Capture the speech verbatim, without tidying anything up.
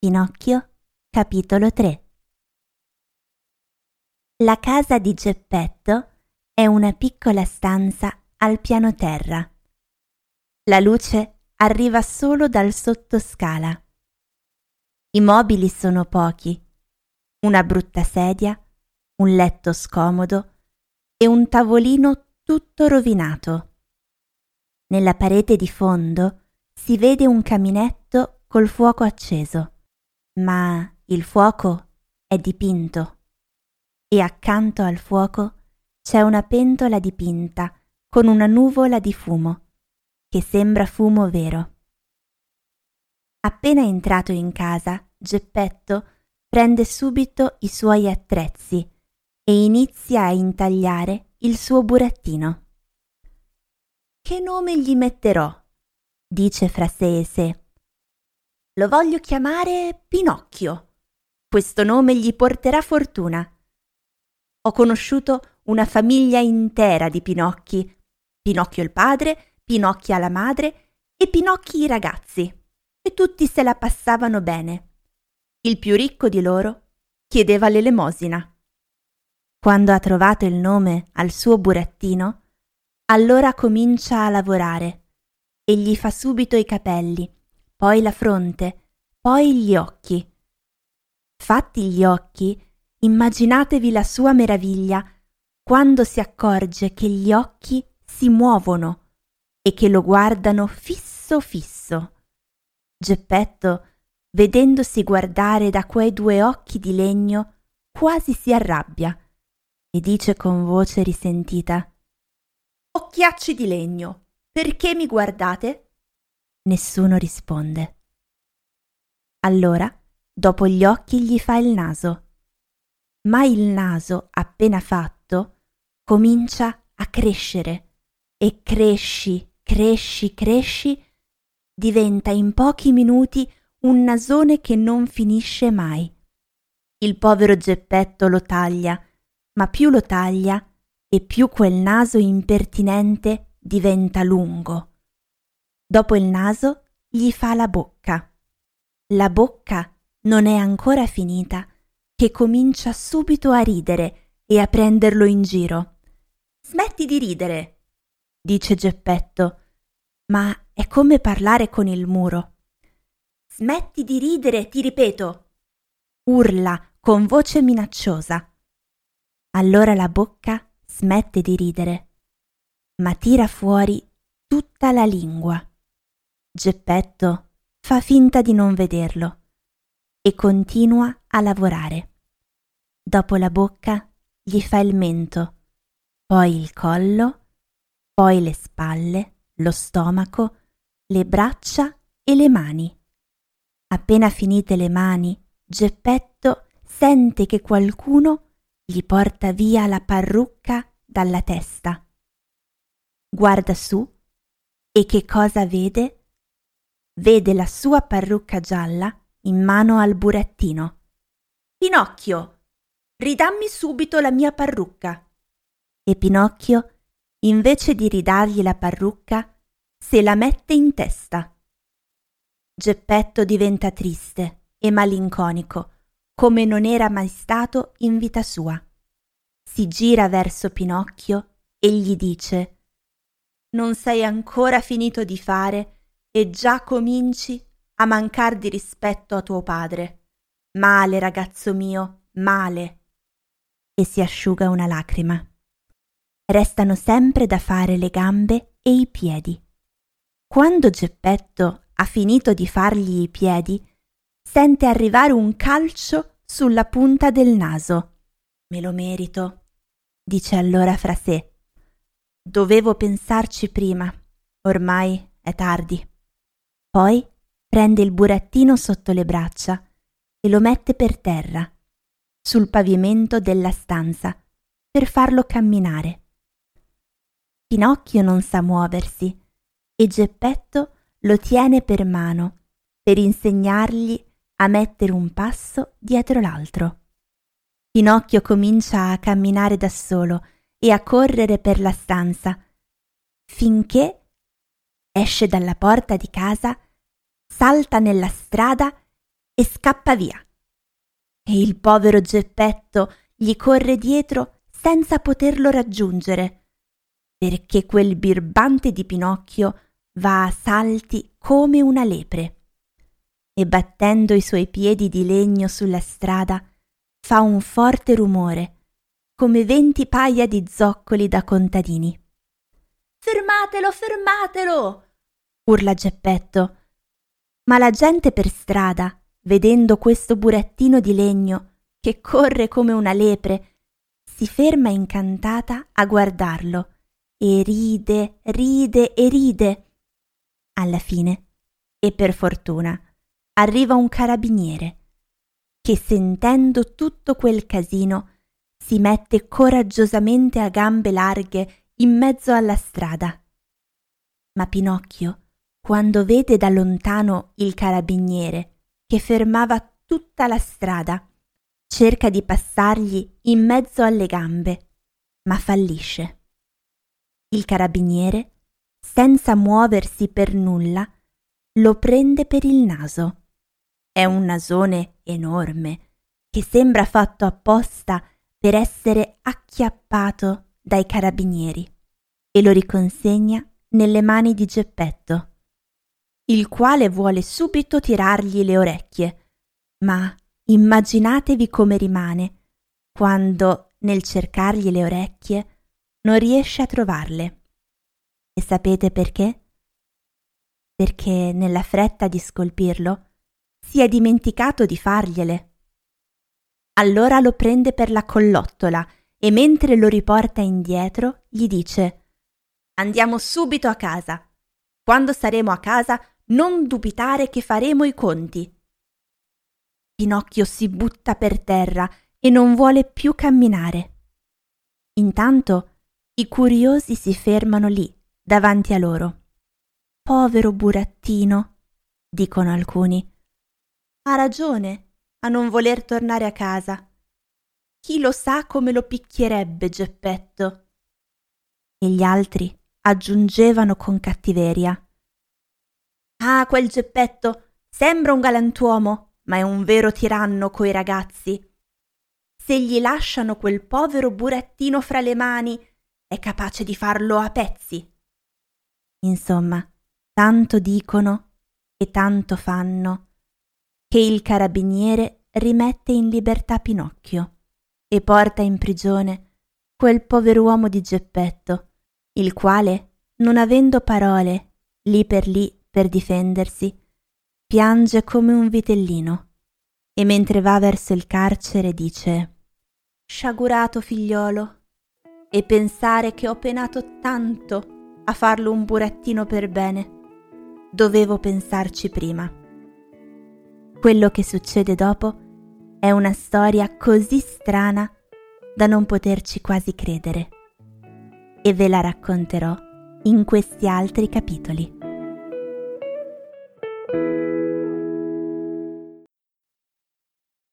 Pinocchio, capitolo tre. La casa di Geppetto è una piccola stanza al piano terra. La luce arriva solo dal sottoscala. I mobili sono pochi, una brutta sedia, un letto scomodo e un tavolino tutto rovinato. Nella parete di fondo si vede un caminetto col fuoco acceso, ma il fuoco è dipinto e accanto al fuoco c'è una pentola dipinta con una nuvola di fumo che sembra fumo vero. Appena entrato in casa, Geppetto prende subito i suoi attrezzi e inizia a intagliare il suo burattino. «Che nome gli metterò?» dice fra sé e sé. «Lo voglio chiamare Pinocchio. Questo nome gli porterà fortuna. Ho conosciuto una famiglia intera di Pinocchi. Pinocchio il padre, Pinocchia la madre e Pinocchi i ragazzi, e tutti se la passavano bene. Il più ricco di loro chiedeva l'elemosina. Quando ha trovato il nome al suo burattino, allora comincia a lavorare e gli fa subito i capelli, poi la fronte, poi gli occhi. Fatti gli occhi, immaginatevi la sua meraviglia quando si accorge che gli occhi si muovono e che lo guardano fisso fisso. Geppetto, vedendosi guardare da quei due occhi di legno, quasi si arrabbia e dice con voce risentita: «Occhiacci di legno, perché mi guardate?» Nessuno risponde. Allora, dopo gli occhi gli fa il naso. Ma il naso, appena fatto, comincia a crescere e cresci, cresci, cresci, diventa in pochi minuti un nasone che non finisce mai. Il povero Geppetto lo taglia, ma più lo taglia e più quel naso impertinente diventa lungo. Dopo il naso gli fa la bocca. La bocca non è ancora finita che comincia subito a ridere e a prenderlo in giro. «Smetti di ridere!» dice Geppetto, ma è come parlare con il muro. «Smetti di ridere, ti ripeto!» urla con voce minacciosa. Allora la bocca smette di ridere, ma tira fuori tutta la lingua. Geppetto fa finta di non vederlo e continua a lavorare. Dopo la bocca gli fa il mento, poi il collo, poi le spalle, lo stomaco, le braccia e le mani. Appena finite le mani, Geppetto sente che qualcuno gli porta via la parrucca dalla testa. Guarda su e che cosa vede? Vede la sua parrucca gialla in mano al burattino. «Pinocchio, ridammi subito la mia parrucca!» E Pinocchio, invece di ridargli la parrucca, se la mette in testa. Geppetto diventa triste e malinconico, come non era mai stato in vita sua. Si gira verso Pinocchio e gli dice: «Non sei ancora finito di fare e già cominci a mancar di rispetto a tuo padre. Male, ragazzo mio, male!» E si asciuga una lacrima. Restano sempre da fare le gambe e i piedi. Quando Geppetto ha finito di fargli i piedi, sente arrivare un calcio sulla punta del naso. «Me lo merito», dice allora fra sé. «Dovevo pensarci prima, ormai è tardi». Poi prende il burattino sotto le braccia e lo mette per terra, sul pavimento della stanza, per farlo camminare. Pinocchio non sa muoversi e Geppetto lo tiene per mano per insegnargli a mettere un passo dietro l'altro. Pinocchio comincia a camminare da solo e a correre per la stanza, finché esce dalla porta di casa, salta nella strada e scappa via. E il povero Geppetto gli corre dietro senza poterlo raggiungere, perché quel birbante di Pinocchio va a salti come una lepre e battendo i suoi piedi di legno sulla strada fa un forte rumore, come venti paia di zoccoli da contadini. «Fermatelo, fermatelo!» urla Geppetto. Ma la gente per strada, vedendo questo burattino di legno che corre come una lepre, si ferma incantata a guardarlo e ride, ride e ride. Alla fine, e per fortuna, arriva un carabiniere che, sentendo tutto quel casino, si mette coraggiosamente a gambe larghe in mezzo alla strada. Ma Pinocchio, quando vede da lontano il carabiniere che fermava tutta la strada, cerca di passargli in mezzo alle gambe, ma fallisce. Il carabiniere, senza muoversi per nulla, lo prende per il naso. È un nasone enorme che sembra fatto apposta per essere acchiappato dai carabinieri e lo riconsegna nelle mani di Geppetto, il quale vuole subito tirargli le orecchie, ma immaginatevi come rimane quando, nel cercargli le orecchie, non riesce a trovarle. E sapete perché? Perché nella fretta di scolpirlo si è dimenticato di fargliele. Allora lo prende per la collottola e mentre lo riporta indietro gli dice: «Andiamo subito a casa. Quando saremo a casa non dubitare che faremo i conti». Pinocchio si butta per terra e non vuole più camminare. Intanto i curiosi si fermano lì, davanti a loro. «Povero burattino», dicono alcuni. «Ha ragione a non voler tornare a casa. Chi lo sa come lo picchierebbe Geppetto». E gli altri aggiungevano con cattiveria: «Ah, quel Geppetto sembra un galantuomo, ma è un vero tiranno coi ragazzi. Se gli lasciano quel povero burattino fra le mani, è capace di farlo a pezzi». Insomma, tanto dicono e tanto fanno che il carabiniere rimette in libertà Pinocchio e porta in prigione quel pover'uomo di Geppetto, il quale, non avendo parole lì per lì per difendersi, piange come un vitellino e mentre va verso il carcere dice: «Sciagurato figliolo, e pensare che ho penato tanto a farlo un burattino per bene. Dovevo pensarci prima». Quello che succede dopo è una storia così strana da non poterci quasi credere, e ve la racconterò in questi altri capitoli.